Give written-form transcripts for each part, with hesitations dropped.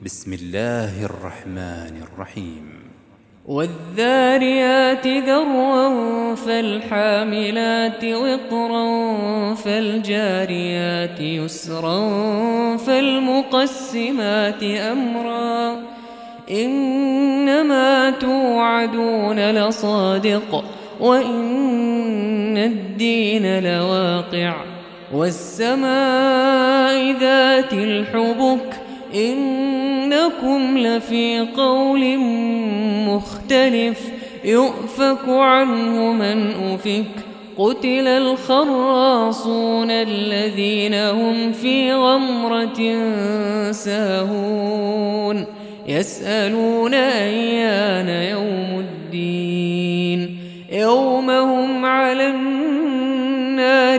بسم الله الرحمن الرحيم والذاريات ذروا فالحاملات وقرا فالجاريات يسرا فالمقسمات أمرا إنما توعدون لصادق وإن الدين لواقع والسماء ذات الحبك إنكم لفي قول مختلف يؤفك عنه من أفك قتل الخراصون الذين هم في غمرة ساهون يسألون أيان يوم الدين يوم هم على النار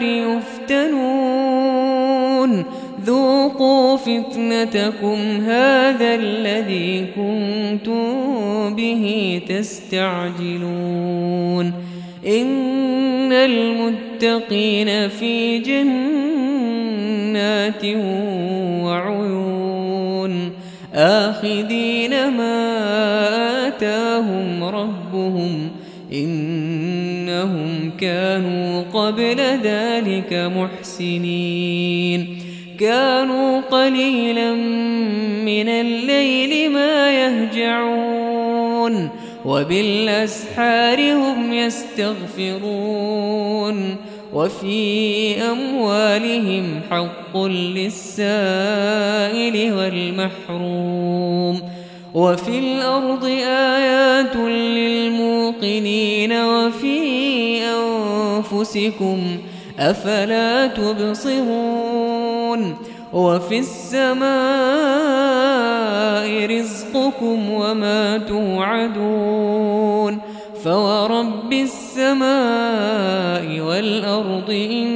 يفتنون ذوقوا فتنتكم هذا الذي كنتم به تستعجلون إن المتقين في جنات وعيون آخذين ما آتاهم ربهم إنهم كانوا قبل ذلك محسنين كانوا قليلا من الليل ما يهجعون وبالأسحار هم يستغفرون وفي أموالهم حق للسائل والمحروم وفي الأرض آيات للموقنين وفي أنفسكم أفلا تبصرون وفي السماء رزقكم وما توعدون فورب السماء والأرض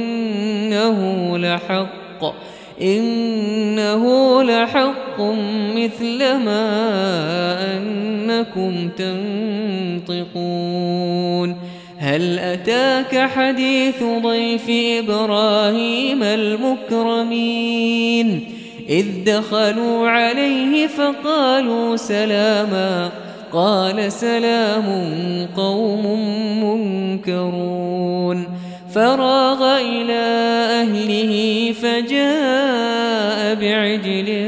إنه لحق مثل ما أنكم تنطقون هل أتاك حديث ضيف إبراهيم المكرمين إذ دخلوا عليه فقالوا سلاما قال سلام قوم منكرون فراغ إلى أهله فجاء بعجل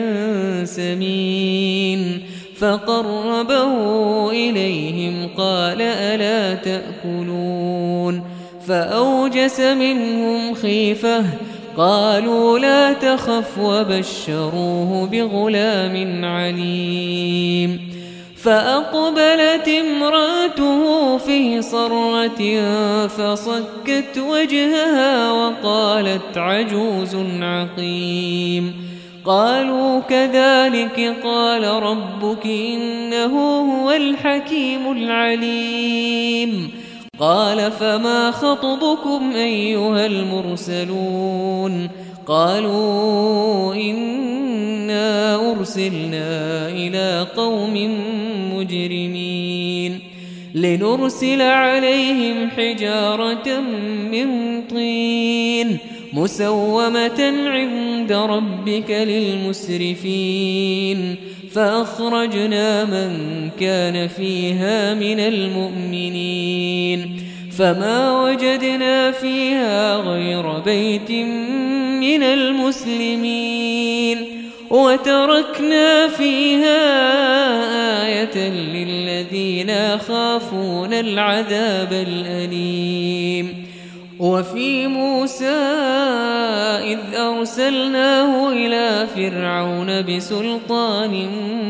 سمين فقربه إليهم قال ألا تأكلون فأوجس منهم خيفة قالوا لا تخف وبشروه بغلام عليم فأقبلت امرأته في صرة فصكت وجهها وقالت عجوز عقيم قالوا كذلك قال ربك إنه هو الحكيم العليم قال فما خطبكم أيها المرسلون قالوا إنا أرسلنا إلى قوم مجرمين لنرسل عليهم حجارة من طين مسومة عند ربك للمسرفين فأخرجنا من كان فيها من المؤمنين فما وجدنا فيها غير بيت من المسلمين وتركنا فيها آية للذين يخافون العذاب الأليم وفي موسى إذ أرسلناه إلى فرعون بسلطان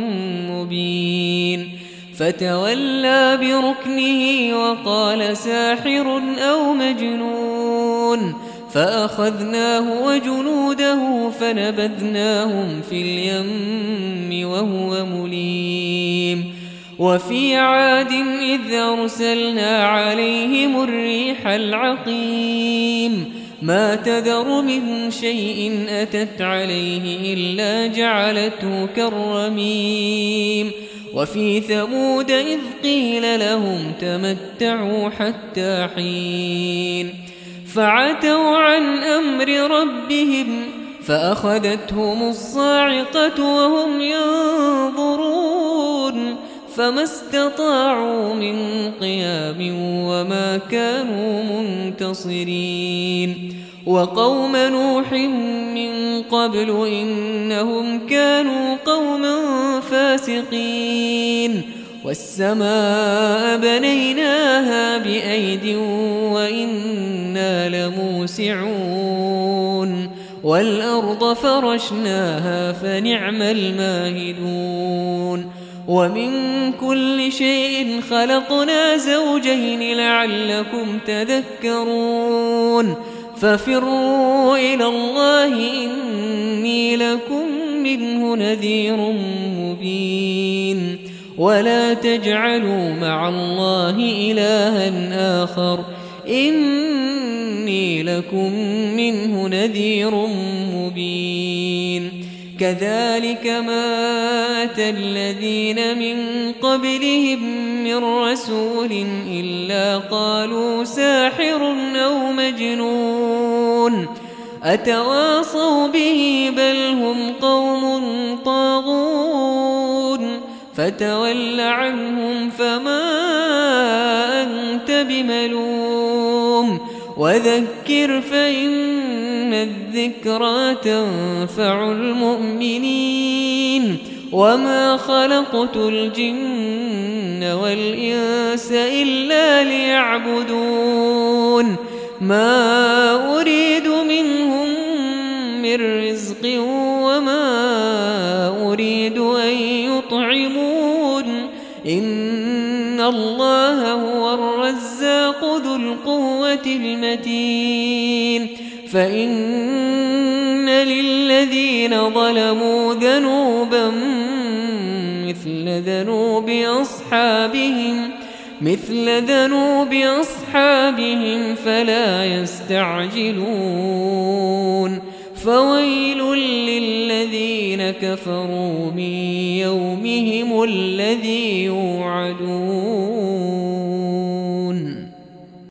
مبين فتولى بركنه وقال ساحر أو مجنون فأخذناه وجنوده فنبذناهم في اليم وهو مليم وفي عاد إذ أرسلنا عليهم الريح العقيم ما تذر من شيء أتت عليه إلا جعلته كالرميم وفي ثمود إذ قيل لهم تمتعوا حتى حين فعتوا عن أمر ربهم فأخذتهم الصاعقة وهم ينظرون فما استطاعوا من قيام وما كانوا منتصرين وقوم نوح من قبل إنهم كانوا قوما فاسقين والسماء بنيناها بأيد وإنا لموسعون والأرض فرشناها فنعم الماهدون ومن كل شيء خلقنا زوجين لعلكم تذكرون ففروا إلى الله إني لكم منه نذير مبين ولا تجعلوا مع الله إلها آخر إني لكم منه نذير مبين كذلك ما أتى الذين من قبلهم من رسول إلا قالوا ساحر أو مجنون أتواصوا به بل هم قوم طاغون فتول عنهم فما أنت بملوم وذكر فإن الذكرى تنفع المؤمنين وما خلقت الجن والإنس إلا ليعبدون ما أريد منهم من رزق وما أريد أن يطعمون إن الله هو الرزاق ذو القوة المتين فإن للذين ظلموا ذنوبا مثل ذنوب أصحابهم فلا يستعجلون فويل للذين كفروا من يومهم الذي يوعدون